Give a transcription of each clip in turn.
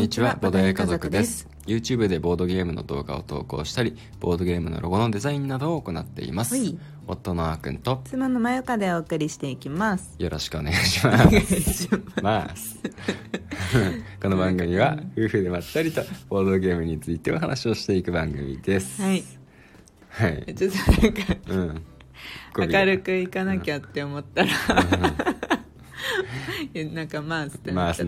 にちは、ボードゲー家族です。 YouTube でボードゲームの動画を投稿したり、ボードゲームのロゴのデザインなどを行っています。夫のあーくんと妻のまよかでお送りしていきます。 よろしくお願いしますこの番組は夫婦でまったりとボードゲームについてお話をしていく番組です。 はい、 はい、 ちょっとなんか、明るくいかなきゃって思ったら、なんかマースってなっちゃった。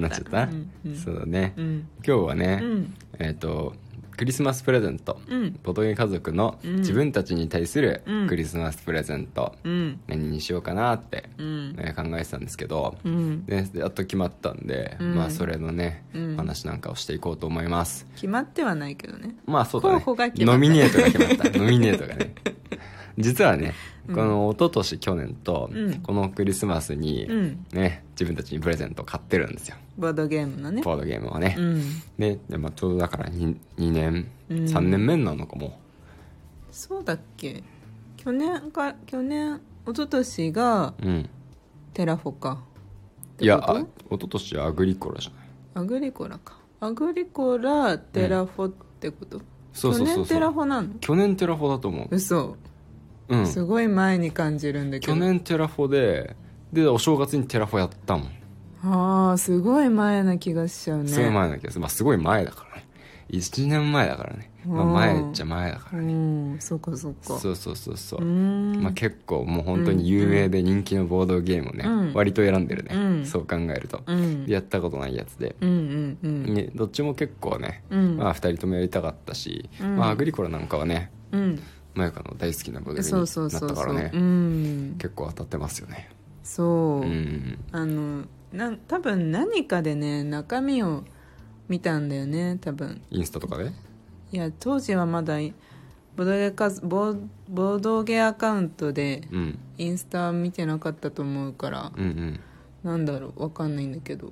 そうだね、今日はね、クリスマスプレゼント、ボドゲ家族の自分たちに対するクリスマスプレゼント、何にしようかなって、考えてたんですけど、でやっと決まったんで、まあそれのね、話なんかをしていこうと思います。 決まってはないけどね。 まあそうだね、 候補が決まった。 ノミネートが決まったノミネートがね実はね、この一昨年去年と、このクリスマスにね、自分たちにプレゼントを買ってるんですよ。 ボードゲームのね。 ボードゲームをね、で、まあ、ちょうどだから 2年、3年目なのかも。 そうだっけ。去年一昨年がテラフォか。 いや、一昨年はアグリコラじゃない。 アグリコラか。アグリコラテラフォってこと、 そう。 去年テラフォなの？ 去年テラフォだと思う。 嘘。すごい前に感じるんだけど。 去年テラフォでお正月にテラフォやったもん。 ああ、すごい前な気がしちゃうね。 すごい前な気がする。まあすごい前だからね。1年前だからね。まあ前っちゃ前だからね。 そうかそうか。 そう。まあ結構もう本当に有名で人気のボードゲームをね、割と選んでるね。そう考えると。やったことないやつで。ね、どっちも結構ね、まあ2人ともやりたかったし、まあアグリコラなんかはね、まゆかの大好きなボードゲームになったからね、結構当たってますよね。 そう、多分何かでね、中身を見たんだよね、多分インスタとかで。 いや、当時はまだボードゲアカウントでインスタ見てなかったと思うから、なんだろう、分かんないんだけど、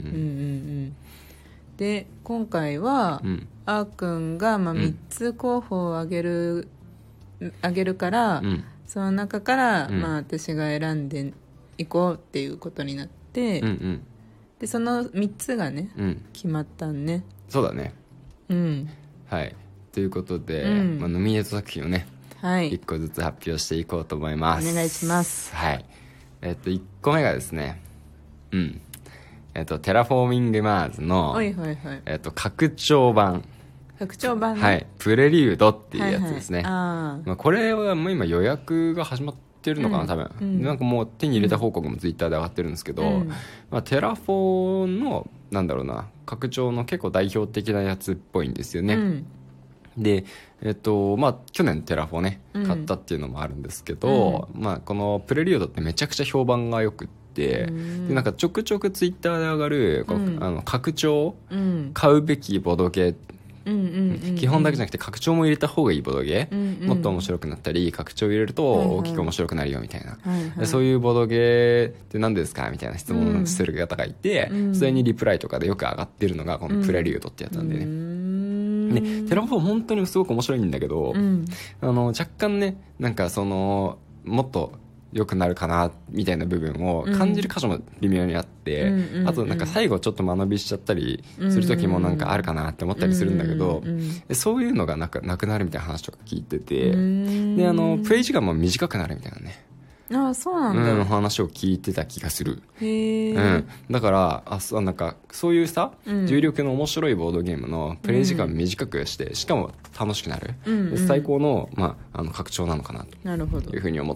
で今回は、あーくんが、3つ候補をあげるから、その中から、私が選んでいこうっていうことになって、でその3つがね、決まったんね。 そうだね。はい、ということで、ノミネート作品をね、1個ずつ発表していこうと思います。 お願いします。 はい、1個目がですね、テラフォーミングマーズの、拡張版、はい、プレリュードっていうやつですね。まあ、これはもう今予約が始まってるのかな、多分、なんかもう手に入れた報告もツイッターで上がってるんですけど、まあ、テラフォのなんだろうな、拡張の結構代表的なやつっぽいんですよね。でまあ、去年テラフォね買ったっていうのもあるんですけど、まあ、このプレリュードってめちゃくちゃ評判がよくって、でなんかちょくちょくツイッターで上がる拡張、買うべきボドゲ、基本だけじゃなくて拡張も入れた方がいいボドゲ、もっと面白くなったり拡張を入れると大きく面白くなるよみたいな、そういうボドゲって何ですかみたいな質問をする方がいて、それにリプライとかでよく上がってるのがこのプレリュードってやつなんでね。でテラフォー本当にすごく面白いんだけど、若干ね、なんかもっと良くなるかなみたいな部分を感じる箇所も微妙にあって、あとなんか最後ちょっと間延びしちゃったりする時もなんかあるかなって思ったりするんだけど、そういうのがなくなるみたいな話とか聞いてて、でプレイ時間も短くなるみたいなね、 そうなんだ、 話を聞いてた気がする。だからなんかそういうさ、重力の面白いボードゲームのプレイ時間を短くして、しかも楽しくなる、最高の、拡張なのかなというふうに思って、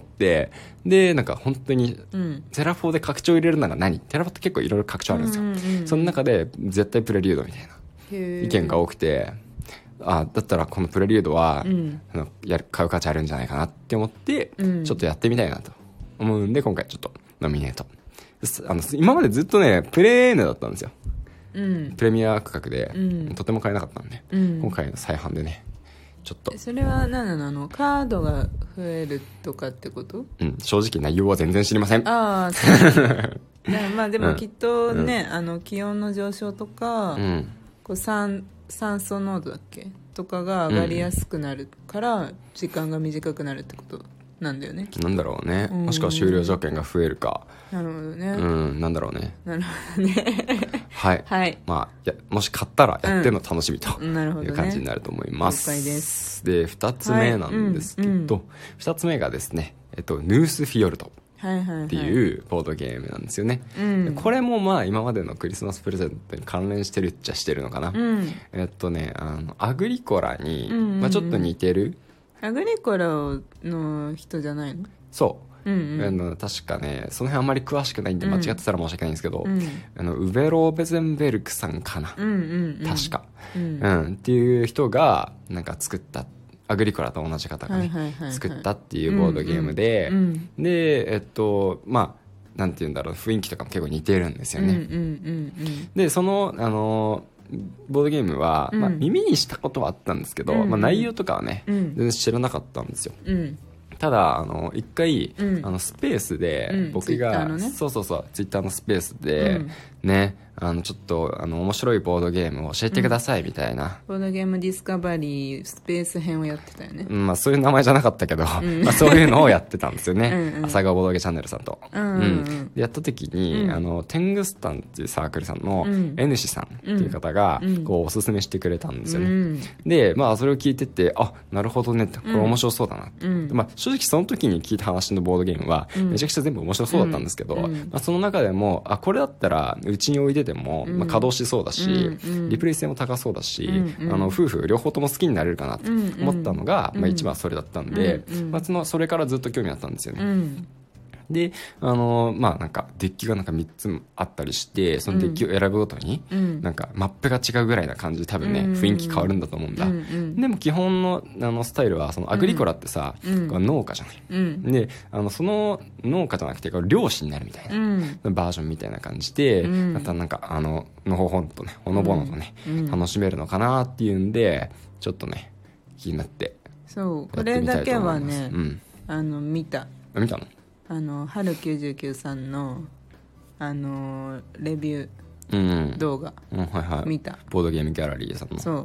でなんか本当に、テラフォーで拡張入れるなら何、テラフォーって結構いろいろ拡張あるんですよ、その中で絶対プレリュードみたいな意見が多くて、だったらこのプレリュードは、買う価値あるんじゃないかなって思って、ちょっとやってみたいなと思うんで、今回ちょっとノミネート。今までずっとねプレーネだったんですよ、プレミア価格で、とても買えなかったんで、今回の再販でね、ちょっと。 それは何なの？カードが増えるとかってこと？ 正直内容は全然知りません。 まあでもきっとね、気温の上昇とか、こう酸素濃度だっけとかが上がりやすくなるから、時間が短くなるってことなんだよね。 なんだろうね。もしくは終了条件が増えるか。 なるほどね。 なんだろうね。 なるほどね。 はい。はい。まあ、もし買ったらやっての楽しみという感じになると思います。 了解です。 で、2つ目なんですけど、2つ目がですね、ヌースフィヨルド。っていうボードゲームなんですよね、これもまあ今までのクリスマスプレゼントに関連してるっちゃしてるのかな、アグリコラに、ちょっと似てる。 アグリコラの人じゃないの？ そう、確かねその辺あんまり詳しくないんで間違ってたら申し訳ないんですけど、ウベローベゼンベルクさんかな、確か、っていう人がなんか作ったアグリコラと同じ方がね作ったっていうボードゲームで、でまあなんて言うんだろう、雰囲気とかも結構似てるんですよね。でそのボードゲームは、耳にしたことはあったんですけど、内容とかはね、全然知らなかったんですよ。ただ一回、スペースで僕が、そうそうそう、ツイッターのスペースで、ね、ちょっと面白いボードゲームを教えてくださいみたいな、 ボードゲームディスカバリースペース編をやってたよね。 そういう名前じゃなかったけど、そういうのをやってたんですよね。朝顔ボードゲーチャンネルさんと、でやった時に、テングスタンっていうサークルさんの N 氏さんっていう方がこうおすすめしてくれたんですよね。でそれを聞いてて、あ、なるほどねって、これ面白そうだな、正直その時に聞いた話のボードゲームはめちゃくちゃ全部面白そうだったんですけど、その中でもこれだったらうちに置いてても、稼働しそうだし、リプレイ性も高そうだし、夫婦両方とも好きになれるかなと思ったのが、一番それだったんで、それからずっと興味あったんですよね。でなんかデッキがなんか3つあったりして、そのデッキを選ぶごとに、なんかマップが違うぐらいな感じで多分ね、雰囲気変わるんだと思うんだ、でも基本のスタイルはそのアグリコラってさ、農家じゃない、でその農家じゃなくて漁師になるみたいな、バージョンみたいな感じで、またなんかのほほんとね、ほのぼのとね、楽しめるのかなっていうんで、ちょっとね気になってそうこれだけはね、見たの春99さんのレビュー動画見た、 ボードゲームギャラリーさんの、 そう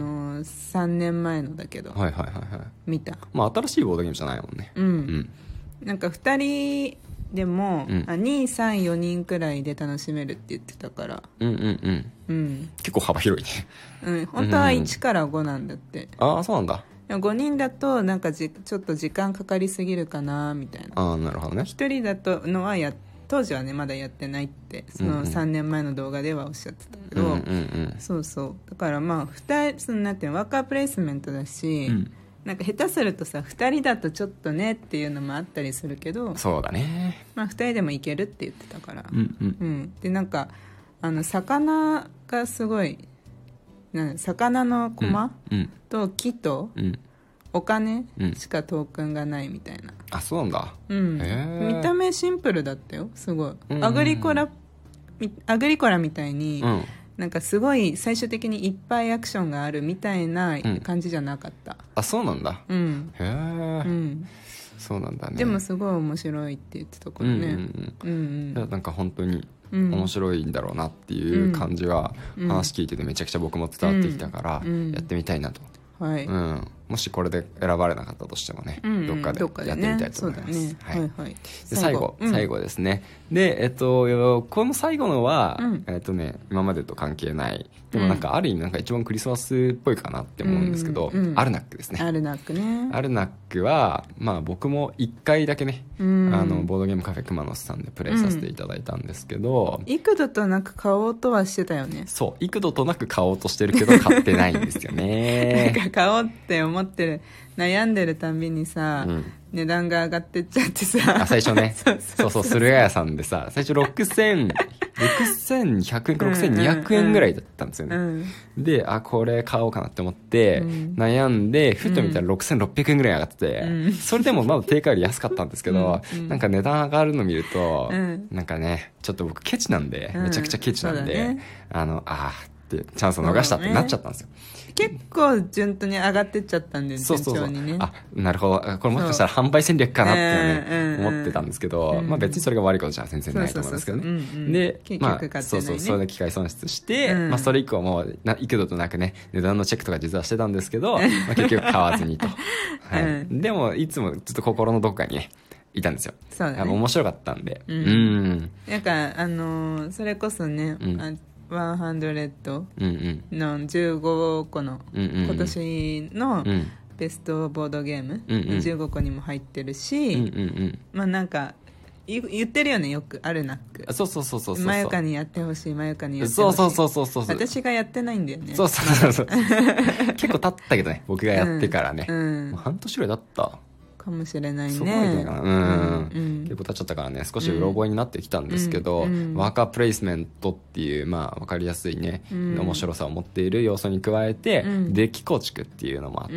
、3年前のだけど、見た。 新しいボードゲームじゃないもんね。 なんか2人でも、2、3、4人くらいで楽しめるって言ってたから、 結構幅広いね。本当は1から5なんだって。 ああ、そうなんだ。 5人だとなんかちょっと時間かかりすぎるかなみたいな。 なるほどね。 1人だとのは当時はねまだやってないってその3年前の動画ではおっしゃってたけど、そうそうだから2人なんていうのワーカープレイスメントだし、なんか下手するとさ2人だとちょっとねっていうのもあったりするけど、 そうだね、 2人でもいけるって言ってたから、でなんか魚がすごい魚のコマ、と木とお金しかトークンがないみたいな。 あ、そうなんだ。 見た目シンプルだったよ、すごい。アグリコラみたいに、なんかすごい最終的にいっぱいアクションがあるみたいな感じじゃなかった。 あ、そうなんだ。へえ。そうなんだね。 でもすごい面白いって言ってたからね。 なんか本当に面白いんだろうなっていう感じは話聞いててめちゃくちゃ僕も伝わってきたからやってみたいなと、もしこれで選ばれなかったとしてもね、どっかでやってみたいと思います。で最後ですね。でこの最後のは今までと関係ない、でもなんかある意味なんか一番クリスマスっぽいかなって思うんですけど、アルナックですね。 アルナックは僕も1回だけね、ボードゲームカフェ熊野さんでプレイさせていただいたんですけど、 幾度となく買おうとはしてたよね。 そう、幾度となく買おうとしてるけど買ってないんですよね。 なんか買おうって思ってる悩んでるたびにさ、値段が上がってっちゃってさ、 最初ねそう駿河屋さんでさ、最初6100円か6200円ぐらいだったんですよね、でこれ買おうかなって思って、悩んでふと見たら6600円ぐらい上がってて、それでもまだ定価より安かったんですけど、なんか値段上がるの見ると、なんかねちょっと僕ケチなんで、めちゃくちゃケチなんで、 チャンスを逃したってなっちゃったんですよ。 結構順当に上がってっちゃったんで、 そうそうそう、 順調にね。 あ、なるほど、これもしかしたら販売戦略かなってね、思ってたんですけど、まあ別にそれが悪いことじゃ全然ないと思うんですけどね。で、まあそうそう、それで機械損失して、まあそれ以降も幾度となくね、値段のチェックとか実はしてたんですけど、まあ結局買わずにと。はい。でもいつもずっと心のどこかにね、いたんですよ。 そうだね。 面白かったんで。 なんかそれこそね、100の15個の今年のベストボードゲーム15個にも入ってるし、まあなんか言ってるよね、よくあるなく。 そうそうそうそうそう、 まゆかにやってほしい、まゆかにやってほしい。 そうそうそうそうそう、 私がやってないんだよね。 そうそうそう結構経ったけどね、僕がやってからね、もう半年ぐらい経ったかもしれないね。 すごいねかな、結構経っちゃったからね、少しうろ覚えになってきたんですけど、ワーカープレイスメントっていう、まあ分かりやすいね、面白さを持っている要素に加えて、デッキ構築っていうのもあって、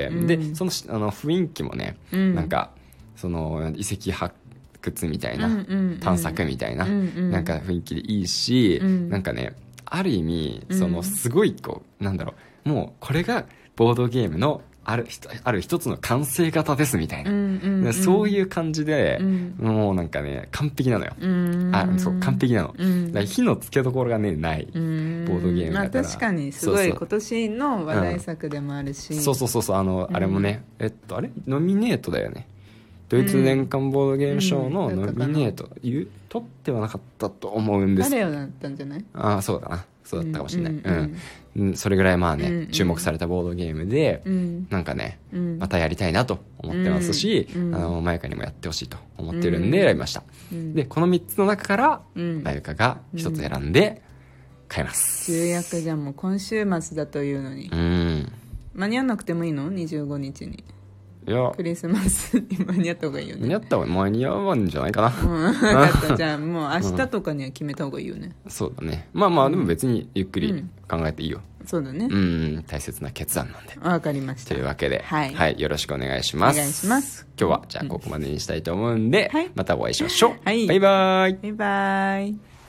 でその雰囲気もね、なんかその遺跡発掘みたいな、探索みたいな、なんか雰囲気でいいし、なんかね、ある意味そのすごいこう、なんだろう、もうこれがボードゲームのある一つの完成型ですみたいな、そういう感じで、もうなんかね、完璧なのよ。そう完璧なの。だから火のつけどころがね、ないボードゲームだから。 まあ確かにすごい今年の話題作でもあるし、 そうそうそうそう、あれもね、あれノミネートだよね。ドイツ年間ボードゲーム賞のノミネート、取ってはなかったと思うんですけど、 誰をだったんじゃない？ ああ、そうだな、そうだったかもしれない。それぐらいまあね、注目されたボードゲームで、なんかね、またやりたいなと思ってますし、まゆかにもやってほしいと思ってるんで選びました。でこの3つの中からまゆかが1つ選んで買います。 重役じゃん、もう今週末だというのに。間に合わなくてもいいの？25日に。いや、クリスマスに間に合った方がいいよね。 間に合うんじゃないかな。 分かった。じゃあもう明日とかには決めた方がいいよね。 そうだね。まあまあでも別にゆっくり考えていいよ。 そうだね。 大切な決断なんで。 わかりました。 というわけで、はい、よろしくお願いします。 お願いします。 今日はじゃあここまでにしたいと思うんで、またお会いしましょう。 はい。 バイバイ。 バイバイ。